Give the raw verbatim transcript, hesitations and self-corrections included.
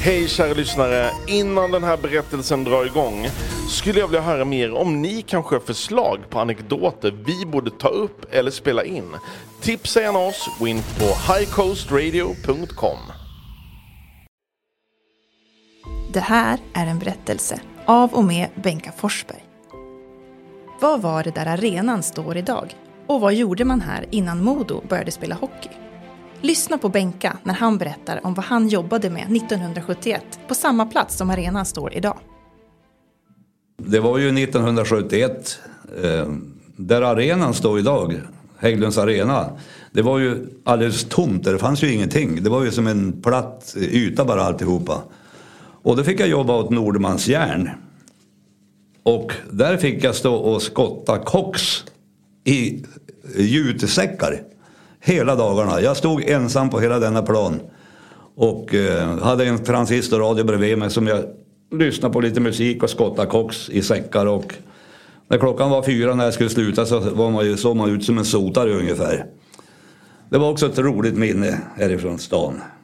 Hej kära lyssnare, innan den här berättelsen drar igång skulle jag vilja höra mer om ni kanske har förslag på anekdoter vi borde ta upp eller spela in. Tipsa gärna oss, gå in på high coast radio punkt com. Det här är en berättelse av och med Benka Forsberg. Vad var det där arenan står idag? Och vad gjorde man här innan Modo började spela hockey? Lyssna på Benka när han berättar om vad han jobbade med nittonhundrasjuttioett på samma plats som arenan står idag. Det var ju nittonhundrasjuttioett, eh, där arenan står idag, Hägglunds arena. Det var ju alldeles tomt, det fanns ju ingenting. Det var ju som en platt yta bara alltihopa. Och då fick jag jobba åt Nordmans järn. Och där fick jag stå och skotta koks i jutesäckar hela dagarna. Jag stod ensam på hela denna plan. Och eh, hade en transistorradio bredvid mig som jag lyssnade på lite musik och skottade koks i säckar. Och när klockan var fyra när jag skulle sluta så var man ju, såg man ut som en sotare ungefär. Det var också ett roligt minne härifrån stan.